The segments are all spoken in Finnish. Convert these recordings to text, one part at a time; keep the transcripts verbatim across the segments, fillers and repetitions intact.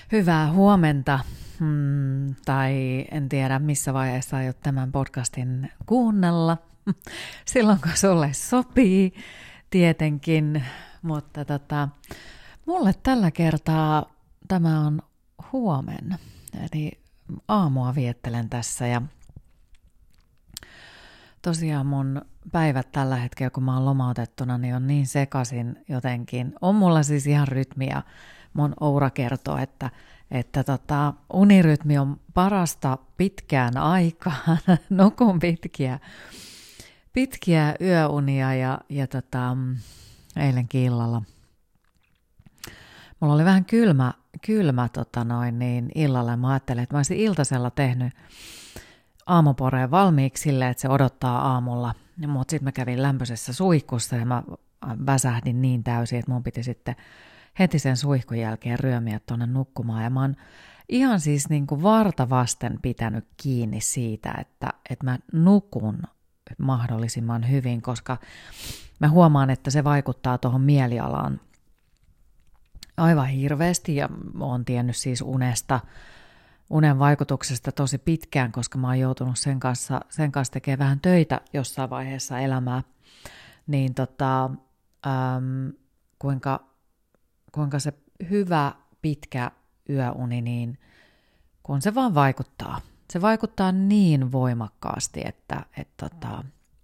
Hyvää huomenta, hmm, tai en tiedä missä vaiheessa aiot tämän podcastin kuunnella, silloin kun sulle sopii tietenkin, mutta tota, mulle tällä kertaa tämä on huomenna, eli aamua viettelen tässä ja tosiaan mun päivät tällä hetkellä, kun mä oon lomautettuna, niin on niin sekaisin jotenkin. On mulla siis ihan rytmiä. Mun Oura kertoo, että, että tota, unirytmi on parasta pitkään aikaan. Nukun pitkiä, pitkiä yöunia ja, ja tota, eilenkin illalla. Mulla oli vähän kylmä, kylmä tota noin, niin illalla. Mä ajattelin, että mä olisin iltasella tehnyt aamuporeen valmiiksi silleen, että se odottaa aamulla. Mutta sitten mä kävin lämpöisessä suihkussa ja mä väsähdin niin täysin, että mun piti sitten heti sen suihkun jälkeen ryömiä tuonne nukkumaan. Ja mä oon ihan siis niin kuin varta vasten pitänyt kiinni siitä, että, että mä nukun mahdollisimman hyvin, koska mä huomaan, että se vaikuttaa tuohon mielialaan aivan hirveästi ja oon tiennyt siis unesta, unen vaikutuksesta tosi pitkään, koska mä oon joutunut sen kanssa, sen kanssa tekemään vähän töitä jossain vaiheessa elämää, niin tota, äm, kuinka, kuinka se hyvä pitkä yöuni, niin kun se vaan vaikuttaa. Se vaikuttaa niin voimakkaasti, että et tota,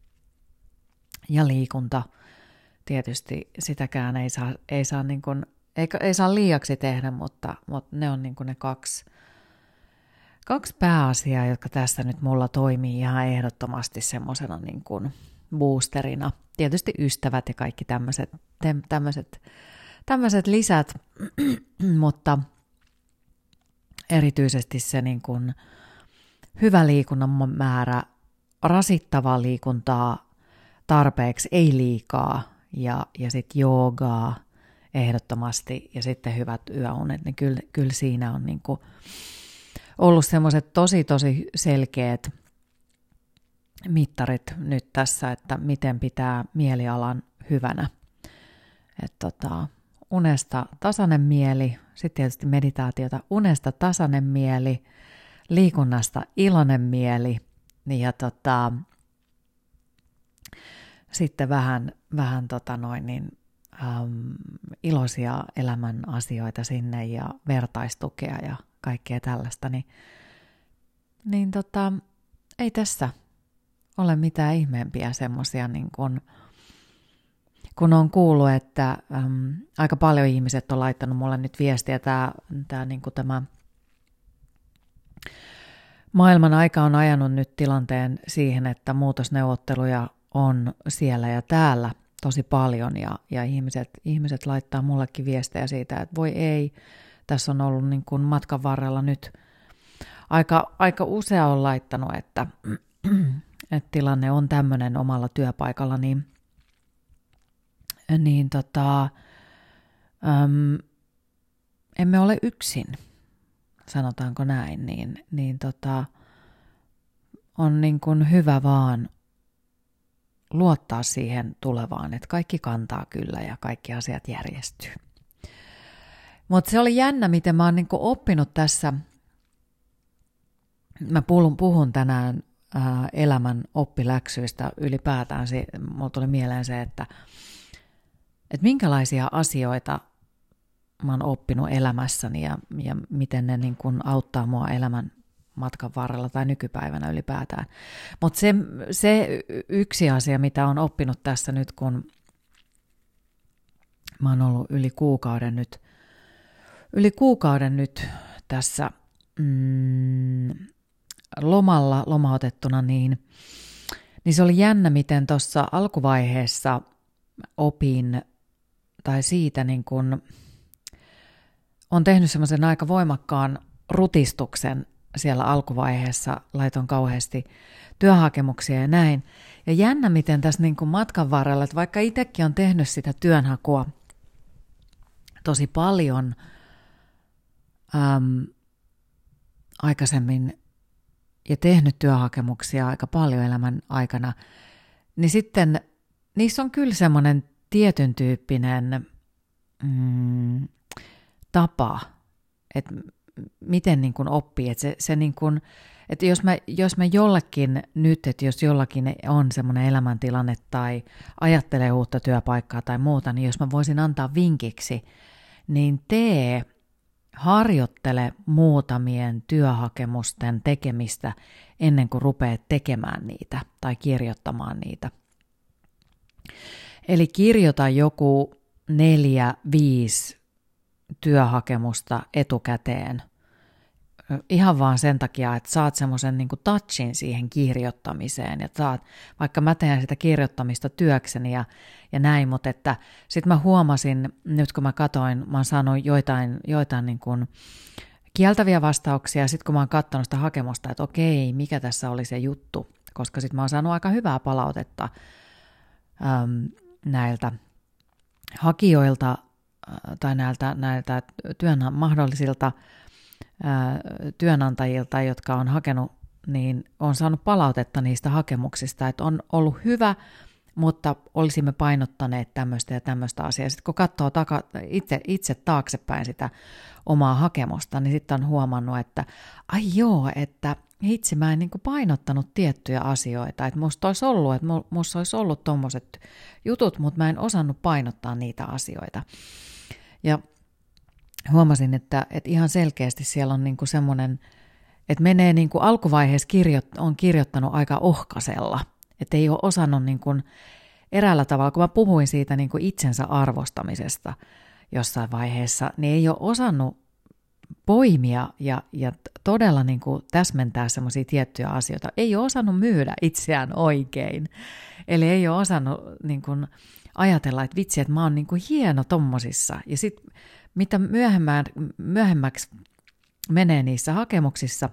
ja liikunta tietysti sitäkään ei saa, ei saa, niin kuin, ei, ei saa liiaksi tehdä, mutta, mutta ne on niin kuin ne kaksi Kaksi pääasiaa, jotka tässä nyt mulla toimii ihan ehdottomasti semmoisena niin kuin boosterina. Tietysti ystävät ja kaikki tämmöiset, tämmöiset, tämmöiset lisät, mutta erityisesti se niin kuin hyvä liikunnan määrä, rasittavaa liikuntaa tarpeeksi, ei liikaa, ja, ja sitten joogaa ehdottomasti, ja sitten hyvät yöunet, niin kyllä, kyllä siinä on niin kuin ollut semmoiset tosi tosi selkeät mittarit nyt tässä, että miten pitää mielialan hyvänä. Että tota, unesta tasainen mieli, sitten tietysti meditaatiota, unesta tasainen mieli, liikunnasta iloinen mieli ja tota, sitten vähän, vähän tota noin niin, äm, iloisia elämän asioita sinne ja vertaistukea ja kaikkea tällaista, niin, niin tota, ei tässä ole mitään ihmeempiä semmoisia, niin kun, kun on kuullut, että äm, aika paljon ihmiset on laittanut mulle nyt viestiä, tämä, tämä, niin tämä maailman aika on ajanut nyt tilanteen siihen, että muutosneuvotteluja on siellä ja täällä tosi paljon, ja, ja ihmiset, ihmiset laittaa mullekin viestejä siitä, että voi ei, tässä on ollut niin kuin matkan varrella nyt aika, aika usea on laittanut, että, että tilanne on tämmöinen omalla työpaikalla, niin, niin tota, äm, emme ole yksin, sanotaanko näin, niin, niin tota, on niin kuin hyvä vaan luottaa siihen tulevaan, että kaikki kantaa kyllä ja kaikki asiat järjestyy. Mutta se oli jännä, miten mä oon niinku oppinut tässä, mä puhun, puhun tänään ää, elämän oppiläksyistä ylipäätään, se, mulla tuli mieleen se, että et minkälaisia asioita mä oon oppinut elämässäni ja, ja miten ne niinku auttaa mua elämän matkan varrella tai nykypäivänä ylipäätään. Mutta se, se yksi asia, mitä on oppinut tässä nyt, kun mä oon ollut yli kuukauden nyt, Yli kuukauden nyt tässä mm, lomalla lomautettuna, niin, niin se oli jännä, miten tuossa alkuvaiheessa opin, tai siitä niin kun on tehnyt semmoisen aika voimakkaan rutistuksen siellä alkuvaiheessa, laitoin kauheasti työhakemuksia ja näin. Ja jännä, miten tässä niin kun matkan varrella, että vaikka itsekin on tehnyt sitä työnhakua tosi paljon, äm, aikaisemmin ja tehnyt työhakemuksia aika paljon elämän aikana, niin sitten niissä on kyllä semmoinen tietyn tyyppinen mm, tapa, että miten niin kuin oppii, että se, se niin kuin, että jos mä, jos mä jollekin nyt, että jos jollakin on semmoinen elämäntilanne tai ajattelee uutta työpaikkaa tai muuta, niin jos mä voisin antaa vinkiksi, niin tee, harjoittele muutamien työhakemusten tekemistä ennen kuin rupeat tekemään niitä tai kirjoittamaan niitä. Eli kirjoita joku neljä, viisi työhakemusta etukäteen. Ihan vaan sen takia, että saat semmoisen niin kuin touchin siihen kirjoittamiseen. Ja saat, vaikka mä teen sitä kirjoittamista työkseni ja, ja näin, mutta että sitten mä huomasin, nyt kun mä katoin, mä oon saanut joitain, joitain niin kuin kieltäviä vastauksia, ja sitten kun mä oon katsonut sitä hakemusta, että okei, mikä tässä oli se juttu, koska sitten mä oon saanut aika hyvää palautetta äm, näiltä hakijoilta tai näiltä, näiltä työn mahdollisilta ää, työnantajilta, jotka on hakenut, niin on saanut palautetta niistä hakemuksista, että on ollut hyvä, mutta olisimme painottaneet tämmöistä ja tämmöistä asiaa. Sitten kun katsoo taka, itse, itse taaksepäin sitä omaa hakemusta, niin sitten on huomannut, että ai joo, että itse mä en niin kuin painottanut tiettyjä asioita, että musta olisi ollut, että musta olisi ollut tommoset jutut, mutta mä en osannut painottaa niitä asioita. Ja huomasin, että, että ihan selkeästi siellä on niin kuin semmoinen, että menee niin kuin alkuvaiheessa kirjo- on kirjoittanut aika ohkasella, että ei ole osannut niin kuin eräällä tavalla, kun mä puhuin siitä niin kuin itsensä arvostamisesta jossain vaiheessa, niin ei ole osannut poimia ja, ja todella niin kuin täsmentää semmoisia tiettyjä asioita. Ei ole osannut myydä itseään oikein. Eli ei ole osannut niin kuin ajatella, että vitsi, että mä oon niin kuin hieno tommosissa. Ja sitten mitä myöhemmäksi menee niissä hakemuksissa,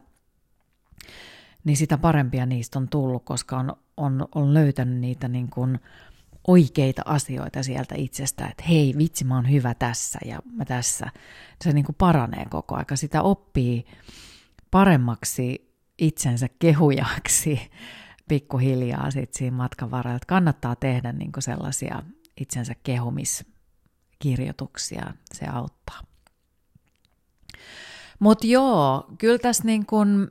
niin sitä parempia niistä on tullut, koska on, on, on löytänyt niitä niin kuin oikeita asioita sieltä itsestä, että hei vitsi, mä oon hyvä tässä ja mä tässä. Se niin kuin paranee koko aika. Sitä oppii paremmaksi itsensä kehujaksi pikkuhiljaa sit siinä matkan varrella. Että kannattaa tehdä niin kuin sellaisia itsensä kehumiskirjoituksia. Se auttaa. Mutta joo, kyllä tässä niin kuin,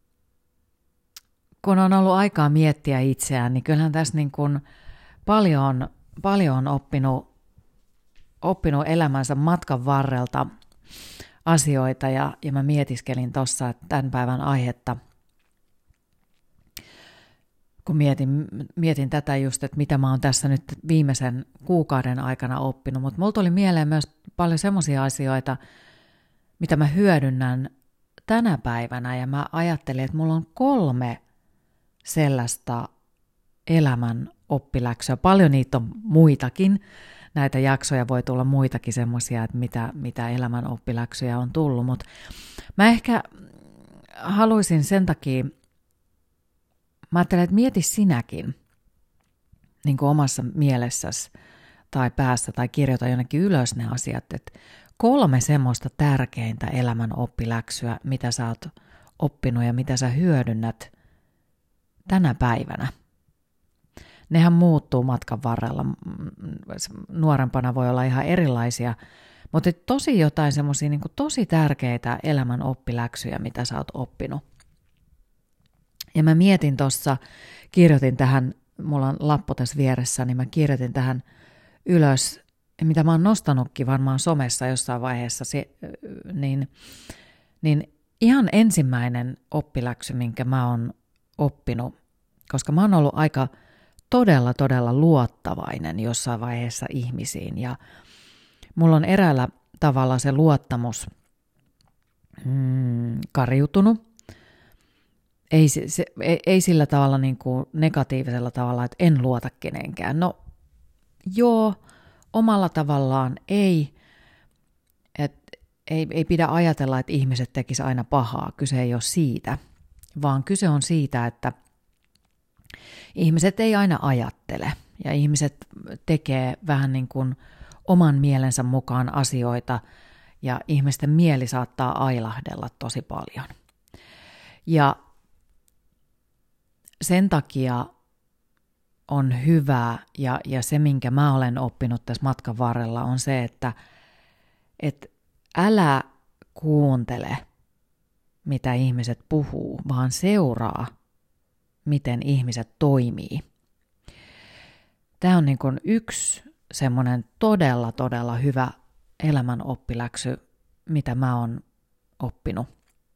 kun on ollut aikaa miettiä itseään, niin kyllähän tässä niin kuin Paljon, paljon on oppinut, oppinut elämänsä matkan varrelta asioita ja, ja mä mietiskelin tuossa tämän päivän aihetta, kun mietin, mietin tätä just, että mitä mä oon tässä nyt viimeisen kuukauden aikana oppinut, mutta mulla tuli mieleen myös paljon semmoisia asioita, mitä mä hyödynnän tänä päivänä ja mä ajattelin, että mulla on kolme sellaista elämän oppiläksyä. Paljon niitä on muitakin. Näitä jaksoja voi tulla muitakin semmoisia, että mitä, mitä elämän oppiläksyjä on tullut. Mutta mä ehkä haluaisin sen takia, mä ajattelen, että mieti sinäkin niin kuin omassa mielessäsi tai päässä tai kirjoita jonnekin ylös ne asiat, että kolme semmoista tärkeintä elämän oppiläksyä, mitä sä oot oppinut ja mitä sä hyödynnät tänä päivänä. Nehän muuttuu matkan varrella. Nuorempana voi olla ihan erilaisia, mutta tosi jotain semmoisia niin kuin tosi tärkeitä elämän oppiläksyjä, mitä sä oot oppinut. Ja mä mietin tuossa, kirjoitin tähän, mulla on lappu tässä vieressä, niin mä kirjoitin tähän ylös, mitä mä oon nostanutkin varmaan somessa jossain vaiheessa, niin, niin ihan ensimmäinen oppiläksy, minkä mä oon oppinut, koska mä oon ollut aika todella, todella luottavainen jossain vaiheessa ihmisiin ja mulla on eräällä tavalla se luottamus mm, kariutunut. Ei, se, ei, ei sillä tavalla niin kuin negatiivisella tavalla, että en luota kenenkään. No joo, omalla tavallaan ei. Et, ei, ei pidä ajatella, että ihmiset tekis aina pahaa. Kyse ei ole siitä, vaan kyse on siitä, että ihmiset ei aina ajattele ja ihmiset tekee vähän niin kuin oman mielensä mukaan asioita ja ihmisten mieli saattaa ailahdella tosi paljon. Ja sen takia on hyvä ja, ja se, minkä mä olen oppinut tässä matkan varrella, on se, että et älä kuuntele, mitä ihmiset puhuu, vaan seuraa, miten ihmiset toimii. Tämä on niin kuin yksi semmoinen todella, todella hyvä elämän oppiläksy, mitä mä oon oppinut.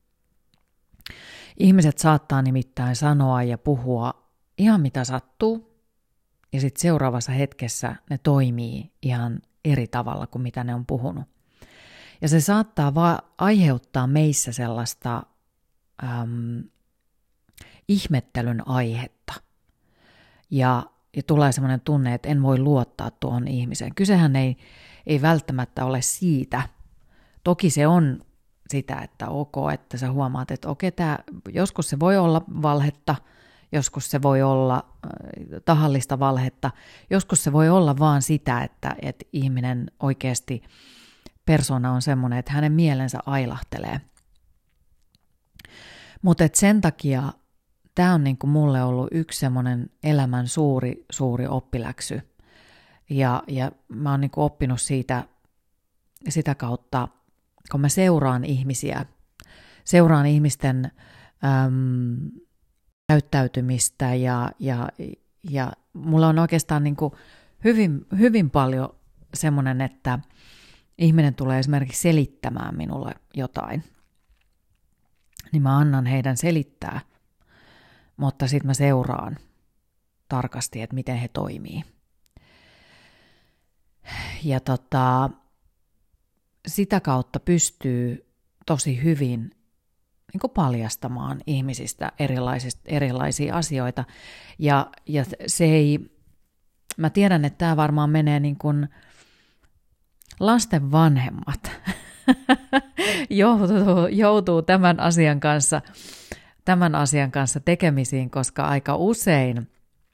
Ihmiset saattaa nimittäin sanoa ja puhua ihan mitä sattuu, ja sitten seuraavassa hetkessä ne toimii ihan eri tavalla kuin mitä ne on puhunut. Ja se saattaa vaan aiheuttaa meissä sellaista äm, ihmettelyn aihetta. Ja, ja tulee sellainen tunne, että en voi luottaa tuohon ihmiseen. Kysehän ei, ei välttämättä ole siitä. Toki se on sitä, että ok, että sä huomaat, että okei, tää, joskus se voi olla valhetta, joskus se voi olla äh, tahallista valhetta, joskus se voi olla vaan sitä, että, että ihminen oikeasti, persona on semmoinen, että hänen mielensä ailahtelee. Mutta sen takia tämä on niinku mulle ollut yksi semmoinen elämän suuri, suuri oppiläksy. Ja, ja mä oon niinku oppinut siitä sitä kautta, kun mä seuraan ihmisiä, seuraan ihmisten äm, käyttäytymistä ja, ja, ja mulla on oikeastaan niinku hyvin, hyvin paljon semmoinen, että ihminen tulee esimerkiksi selittämään minulle jotain, niin mä annan heidän selittää, mutta sitten mä seuraan tarkasti, että miten he toimii. Ja tota, sitä kautta pystyy tosi hyvin niin kuin paljastamaan ihmisistä erilaisia asioita. Ja, ja se ei, mä tiedän, että tämä varmaan menee niin kuin lasten vanhemmat joutuu, joutuu tämän asian kanssa, tämän asian kanssa tekemisiin, koska aika usein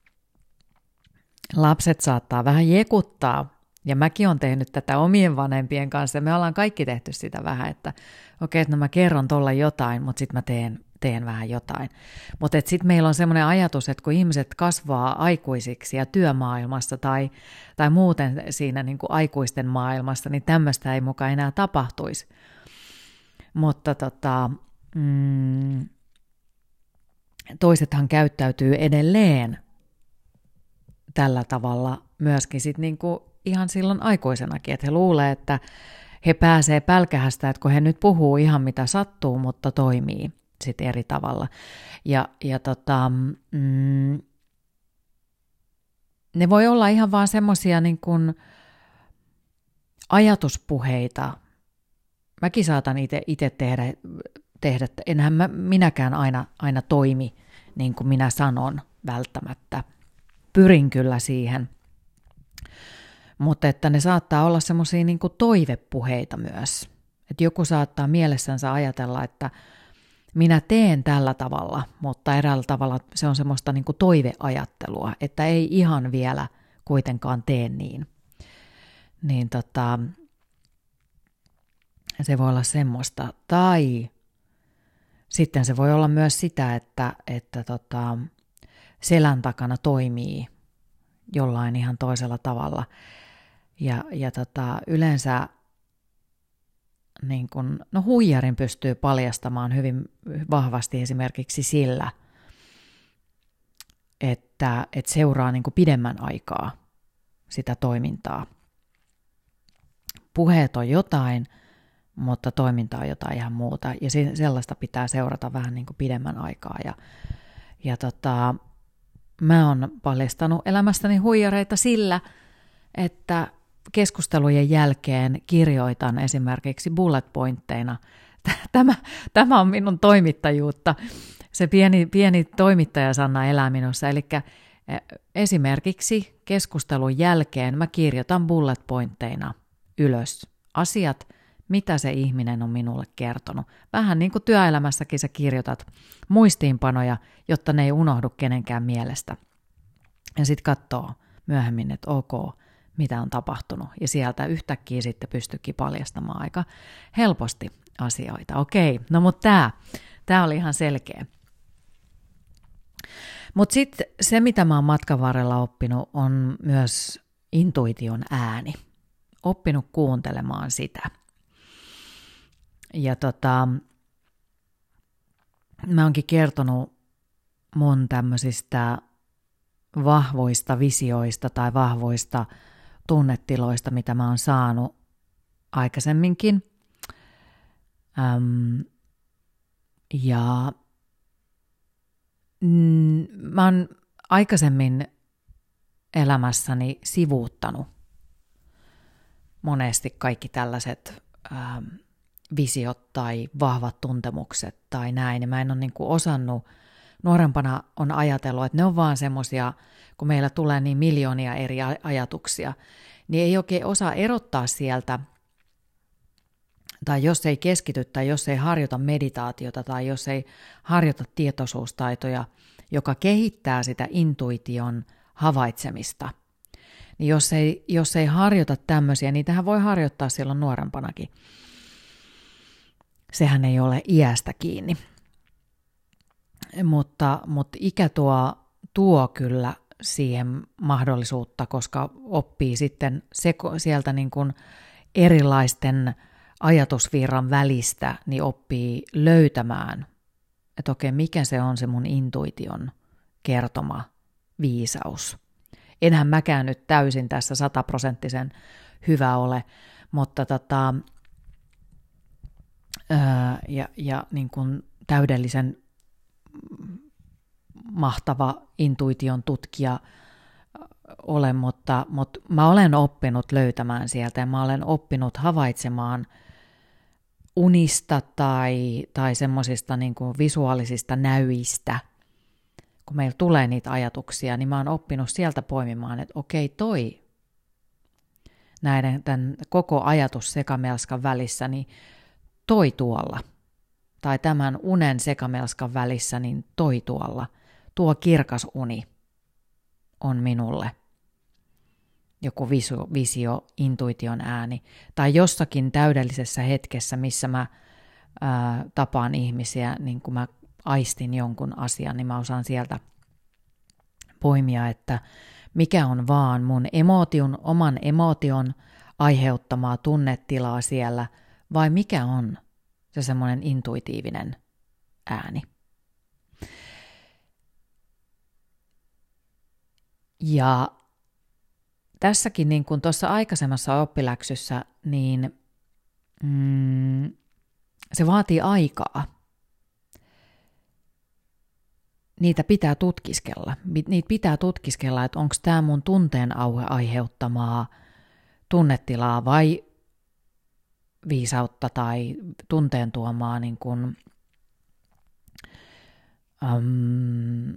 lapset saattaa vähän jekuttaa. Ja mäkin olen tehnyt tätä omien vanhempien kanssa. Me ollaan kaikki tehty sitä vähän, että okei, okay, no mä kerron tuolla jotain, mutta sitten mä teen, teen vähän jotain. Mutta sitten meillä on semmoinen ajatus, että kun ihmiset kasvaa aikuisiksi ja työmaailmassa tai, tai muuten siinä niin kuin aikuisten maailmassa, niin tämmöistä ei mukaan enää tapahtuisi. Mutta tota, mm, toisethan käyttäytyy edelleen tällä tavalla myöskin sit niin kuin ihan silloin aikuisenakin, että he luulee, että he pääsee pälkähästä, että kun he nyt puhuu ihan mitä sattuu, mutta toimii sitten eri tavalla. Ja, ja tota, mm, ne voi olla ihan vaan semmoisia niin kuin ajatuspuheita. Mäkin saatan itse tehdä, tehdä, enhän mä, minäkään aina, aina toimi niin kuin minä sanon välttämättä. Pyrin kyllä siihen. Mutta että ne saattaa olla semmoisia niin kuin toivepuheita myös. Että joku saattaa mielessänsä ajatella, että minä teen tällä tavalla, mutta eräällä tavalla se on semmoista niin kuin toiveajattelua, että ei ihan vielä kuitenkaan tee niin. Niin tota, se voi olla semmoista. Tai sitten se voi olla myös sitä, että, että tota, selän takana toimii jollain ihan toisella tavalla. Ja, ja tota, yleensä niin kun, no huijarin pystyy paljastamaan hyvin vahvasti esimerkiksi sillä, että, että seuraa niin kun pidemmän aikaa sitä toimintaa. Puheet on jotain, mutta toiminta on jotain ihan muuta. Ja sellaista pitää seurata vähän niin kuin pidemmän aikaa. Ja, ja tota, mä oon paljastanut elämästäni huijareita sillä, että keskustelujen jälkeen kirjoitan esimerkiksi bullet pointteina. Tämä, tämä on minun toimittajuutta. Se pieni, pieni toimittajasanna elää minussa. Eli esimerkiksi keskustelun jälkeen mä kirjoitan bullet pointteina ylös asiat, mitä se ihminen on minulle kertonut. Vähän niin kuin työelämässäkin sä kirjoitat muistiinpanoja, jotta ne ei unohdu kenenkään mielestä. Ja sitten katsoo myöhemmin, että ok, mitä on tapahtunut. Ja sieltä yhtäkkiä sitten pystyykin paljastamaan aika helposti asioita. Okei, no mutta tämä, tämä oli ihan selkeä. Mutta sitten se, mitä mä oon matkan varrella oppinut, on myös intuition ääni. Oppinut kuuntelemaan sitä. Ja tota, mä oonkin kertonut mun tämmöisistä vahvoista visioista tai vahvoista tunnetiloista, mitä mä oon saanut aikaisemminkin. Öm, ja mm, mä oon aikaisemmin elämässäni sivuuttanut monesti kaikki tällaiset ähm, visiot tai vahvat tuntemukset tai näin. Ja mä en ole niin kuin osannut, nuorempana on ajatellut, että ne on vaan semmoisia, kun meillä tulee niin miljoonia eri ajatuksia, niin ei oikein osaa erottaa sieltä, tai jos ei keskity, tai jos ei harjoita meditaatiota, tai jos ei harjoita tietoisuustaitoja, joka kehittää sitä intuition havaitsemista, niin jos ei, jos ei harjoita tämmöisiä, niin tähän voi harjoittaa silloin nuorempanakin. Sehän ei ole iästä kiinni. Mutta, mutta ikä tuo, tuo kyllä siihen mahdollisuutta, koska oppii sitten seko, sieltä niin kuin erilaisten ajatusvirran välistä, niin oppii löytämään, että okei, mikä se on se mun intuition kertoma viisaus. Enhän mäkään nyt täysin tässä sataprosenttisen hyvä ole, mutta tota, ää, ja, ja niin kuin täydellisen mahtava intuition tutkija olen, mutta, mutta mä olen oppinut löytämään sieltä ja mä olen oppinut havaitsemaan unista tai, tai semmoisista niin kuin visuaalisista näyistä. Kun meillä tulee niitä ajatuksia, niin mä oon oppinut sieltä poimimaan, että okei, toi näiden tämän koko ajatus sekamelskan välissä, niin toi tuolla. Tai tämän unen sekamelskan välissä, niin toi tuolla. Tuo kirkas uni on minulle joku visio, visio, intuition ääni. Tai jossakin täydellisessä hetkessä, missä mä ää, tapaan ihmisiä, niin kun mä aistin jonkun asian, niin mä osaan sieltä poimia, että mikä on vaan mun emotion, oman emotion aiheuttamaa tunnetilaa siellä, vai mikä on se semmoinen intuitiivinen ääni. Ja tässäkin, niin kuin tuossa aikaisemmassa oppiläksyssä, niin mm, se vaatii aikaa. Niitä pitää tutkiskella. Niitä pitää tutkiskella, että onko tämä mun tunteen aiheuttamaa tunnetilaa vai viisautta tai tunteen tuomaa niin kuin, um,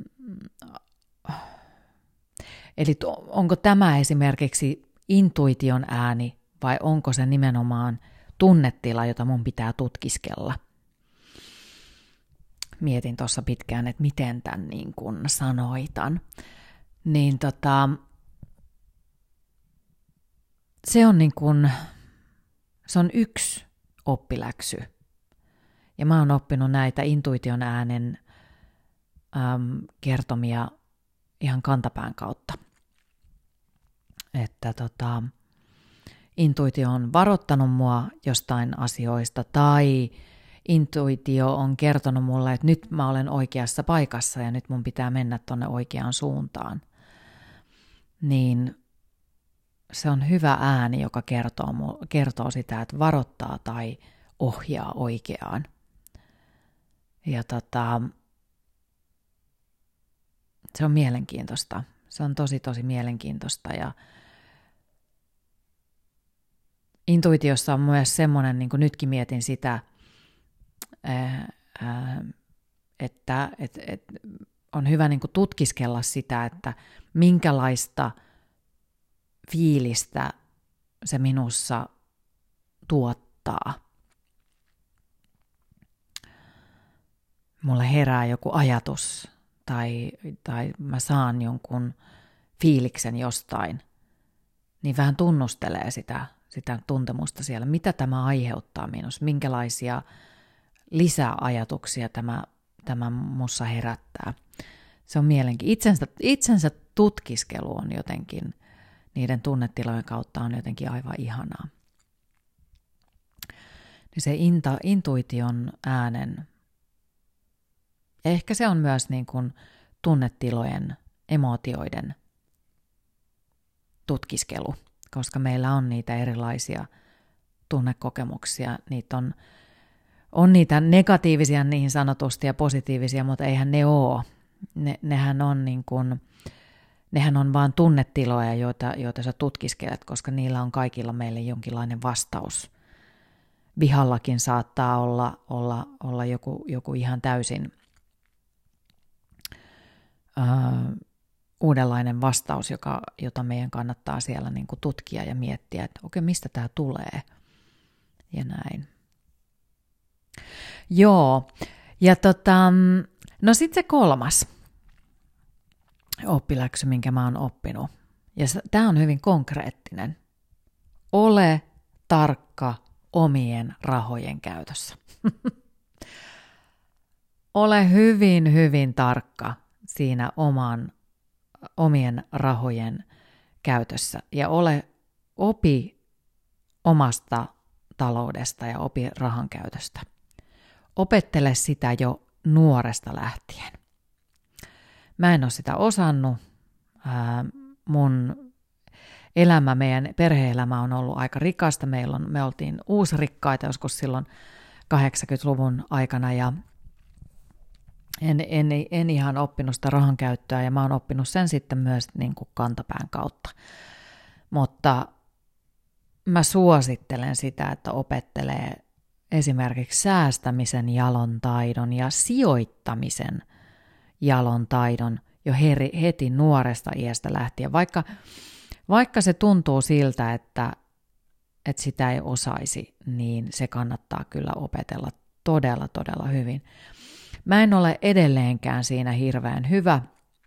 eli onko tämä esimerkiksi intuition ääni vai onko se nimenomaan tunnetila, jota mun pitää tutkiskella. Mietin tuossa pitkään, että miten tämän niin kuin sanoitan. Niin tota, se on niin kuin, se on yksi oppiläksy. Ja mä oon oppinut näitä intuition äänen äm, kertomia ihan kantapään kautta. Että tota, intuitio on varoittanut mua jostain asioista tai intuitio on kertonut mulle, että nyt mä olen oikeassa paikassa ja nyt mun pitää mennä tonne oikeaan suuntaan. Niin se on hyvä ääni, joka kertoo, kertoo sitä, että varoittaa tai ohjaa oikeaan. Ja tota, se on mielenkiintoista. Se on tosi tosi mielenkiintoista ja intuitiossa on myös semmoinen, niin kuin nytkin mietin sitä, että, että, että on hyvä niin kuin tutkiskella sitä, että minkälaista fiilistä se minussa tuottaa. Mulle herää joku ajatus tai, tai mä saan jonkun fiiliksen jostain, niin vähän tunnustelee sitä, sitä tuntemusta siellä. Mitä tämä aiheuttaa minussa? Minkälaisia lisäajatuksia tämä, tämä mussa herättää? Se on mielenkiintoista. Itsensä, itsensä tutkiskelu on jotenkin, niiden tunnetilojen kautta on jotenkin aivan ihanaa. se inta, intuition äänen, ehkä se on myös niin kuin tunnetilojen, emootioiden tutkiskelu, koska meillä on niitä erilaisia tunnekokemuksia. Niitä on, on niitä negatiivisia niin sanotusti ja positiivisia, mutta eihän ne ole. Ne, nehän on niin kuin, nehän on vaan tunnetiloja, joita, joita sä tutkiskelet, koska niillä on kaikilla meille jonkinlainen vastaus. Vihallakin saattaa olla, olla, olla joku, joku ihan täysin ää, uudenlainen vastaus, joka, jota meidän kannattaa siellä niin kuin tutkia ja miettiä, että okei, mistä tämä tulee ja näin. Joo, ja tota, no sitten se kolmas oppiläksy, minkä mä oon oppinut, ja tämä on hyvin konkreettinen. Ole tarkka omien rahojen käytössä. Ole hyvin, hyvin tarkka siinä oman, omien rahojen käytössä ja ole opi omasta taloudesta ja opi rahan käytöstä. Opettele sitä jo nuoresta lähtien. Mä en ole sitä osannut. Ää, mun elämä, meidän perhe-elämä on ollut aika rikasta. Meillä on, me oltiin uusrikkaita joskus silloin kahdeksankymmentäluvun aikana ja en, en, en ihan oppinut sitä rahan käyttöä ja mä oon oppinut sen sitten myös niin kuin kantapään kautta. Mutta mä suosittelen sitä, että opettelee esimerkiksi säästämisen jalon taidon ja sijoittamisen jalon taidon jo heti nuoresta iästä lähtien, vaikka, vaikka se tuntuu siltä, että, että sitä ei osaisi, niin se kannattaa kyllä opetella todella, todella hyvin. Mä en ole edelleenkään siinä hirveän hyvä.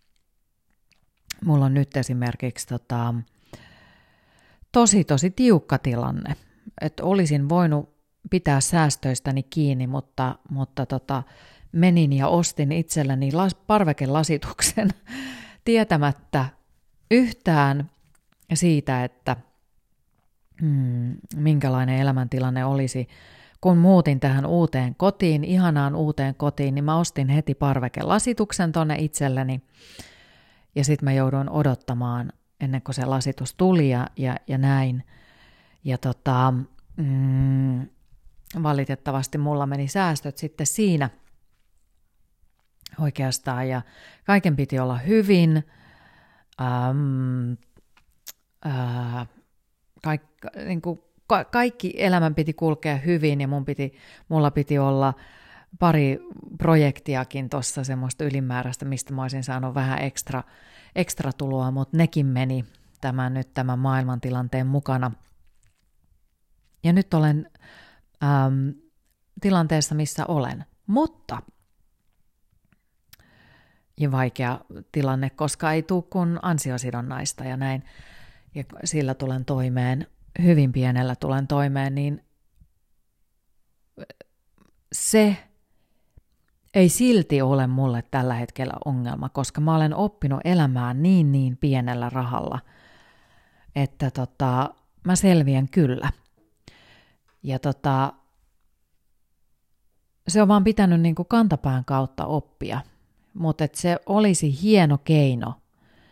Mulla on nyt esimerkiksi tota, tosi, tosi tiukka tilanne, että olisin voinut pitää säästöistäni kiinni, mutta, mutta tota, menin ja ostin itselleni las, parvekelasituksen tietämättä yhtään siitä, että hmm, minkälainen elämäntilanne olisi. Kun muutin tähän uuteen kotiin, ihanaan uuteen kotiin, niin mä ostin heti parvekelasituksen tonne itselleni ja sitten mä jouduin odottamaan ennen kuin se lasitus tuli ja, ja, ja näin. Ja tota, mm, valitettavasti mulla meni säästöt sitten siinä oikeastaan ja kaiken piti olla hyvin. Ähm, äh, kaik, niin kuin, ka, kaikki elämän piti kulkea hyvin ja mun piti, mulla piti olla pari projektiakin tuossa semmoista ylimääräistä, mistä mä olisin saanut vähän ekstra, ekstra tuloa, mutta nekin meni tämän, nyt tämän maailmantilanteen mukana. Ja nyt olen äm, tilanteessa, missä olen, mutta ja vaikea tilanne, koska ei tule kuin ansiosidonnaista ja näin, ja sillä tulen toimeen, hyvin pienellä tulen toimeen, niin se ei silti ole mulle tällä hetkellä ongelma, koska mä olen oppinut elämään niin niin pienellä rahalla, että tota, mä selviän kyllä. Ja tota, se on vaan pitänyt niin kuin kantapään kautta oppia, mutta se olisi hieno keino,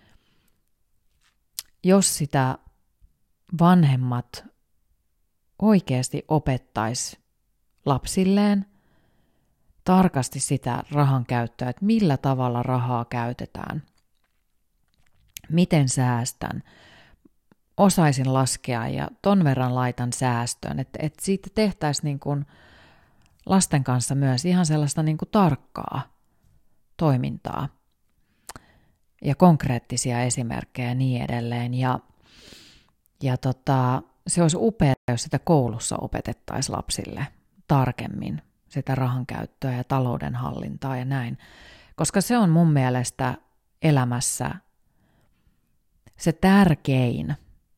jos sitä vanhemmat oikeasti opettaisi lapsilleen tarkasti sitä rahan käyttöä, että millä tavalla rahaa käytetään, miten säästän, osaisin laskea ja ton verran laitan säästöön, että, että siitä tehtäisiin niin kuin lasten kanssa myös ihan sellaista niin kuin tarkkaa toimintaa ja konkreettisia esimerkkejä ja niin edelleen. Ja, ja tota, se olisi upeaa, jos sitä koulussa opetettaisiin lapsille tarkemmin, sitä rahan käyttöä ja talouden hallintaa ja näin, koska se on mun mielestä elämässä se tärkein,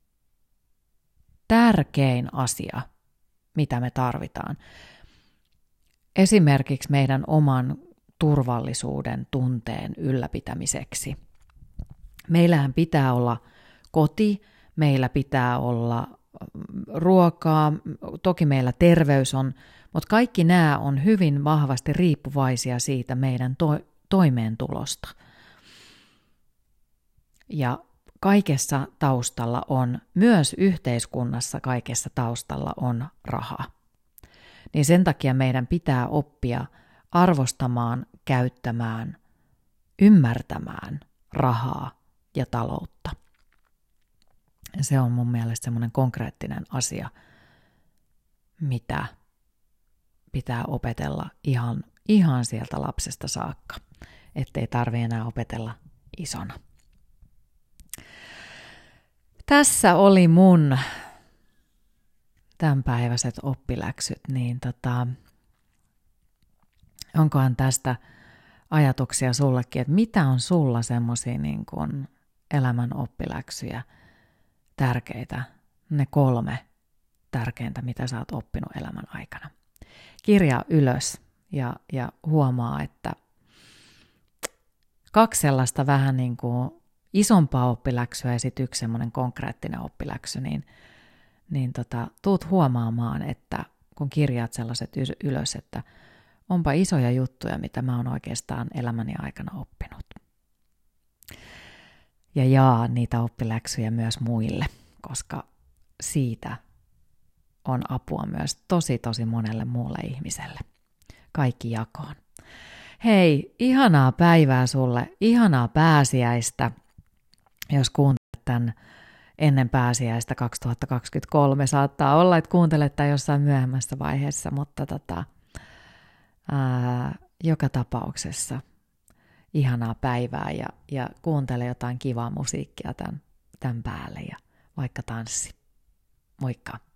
tärkein asia, mitä me tarvitaan. Esimerkiksi meidän oman turvallisuuden tunteen ylläpitämiseksi. Meillähän pitää olla koti, meillä pitää olla ruokaa, toki meillä terveys on, mutta kaikki nämä on hyvin vahvasti riippuvaisia siitä meidän to- toimeentulosta. Ja kaikessa taustalla on, myös yhteiskunnassa kaikessa taustalla on raha. Niin sen takia meidän pitää oppia arvostamaan, käyttämään, ymmärtämään rahaa ja taloutta. Ja se on mun mielestä semmoinen konkreettinen asia, mitä pitää opetella ihan, ihan sieltä lapsesta saakka, ettei tarvitse enää opetella isona. Tässä oli mun tämänpäiväiset oppiläksyt, niin tota, onkohan tästä ajatuksia sullekin, että mitä on sulla semmoisia niin kuin elämän oppiläksyjä tärkeitä, ne kolme tärkeintä, mitä sä oot oppinut elämän aikana. Kirjaa ylös ja, ja huomaa, että kaksi sellaista vähän niin kuin isompaa oppiläksyä ja sitten yksi semmoinen konkreettinen oppiläksy, niin, niin tota, tuut huomaamaan, että kun kirjaat sellaiset ylös, että onpa isoja juttuja, mitä mä oon oikeastaan elämäni aikana oppinut. Ja jaa niitä oppiläksyjä myös muille, koska siitä on apua myös tosi tosi monelle muulle ihmiselle. Kaikki jakoon. Hei, ihanaa päivää sulle, ihanaa pääsiäistä, jos kuuntelet tämän ennen pääsiäistä kaksituhattakaksikymmentäkolme. Saattaa olla, että kuuntelet tämän jossain myöhemmässä vaiheessa, mutta tota, ää, joka tapauksessa ihanaa päivää ja, ja kuuntele jotain kivaa musiikkia tämän, tämän päälle ja vaikka tanssi. Moikka!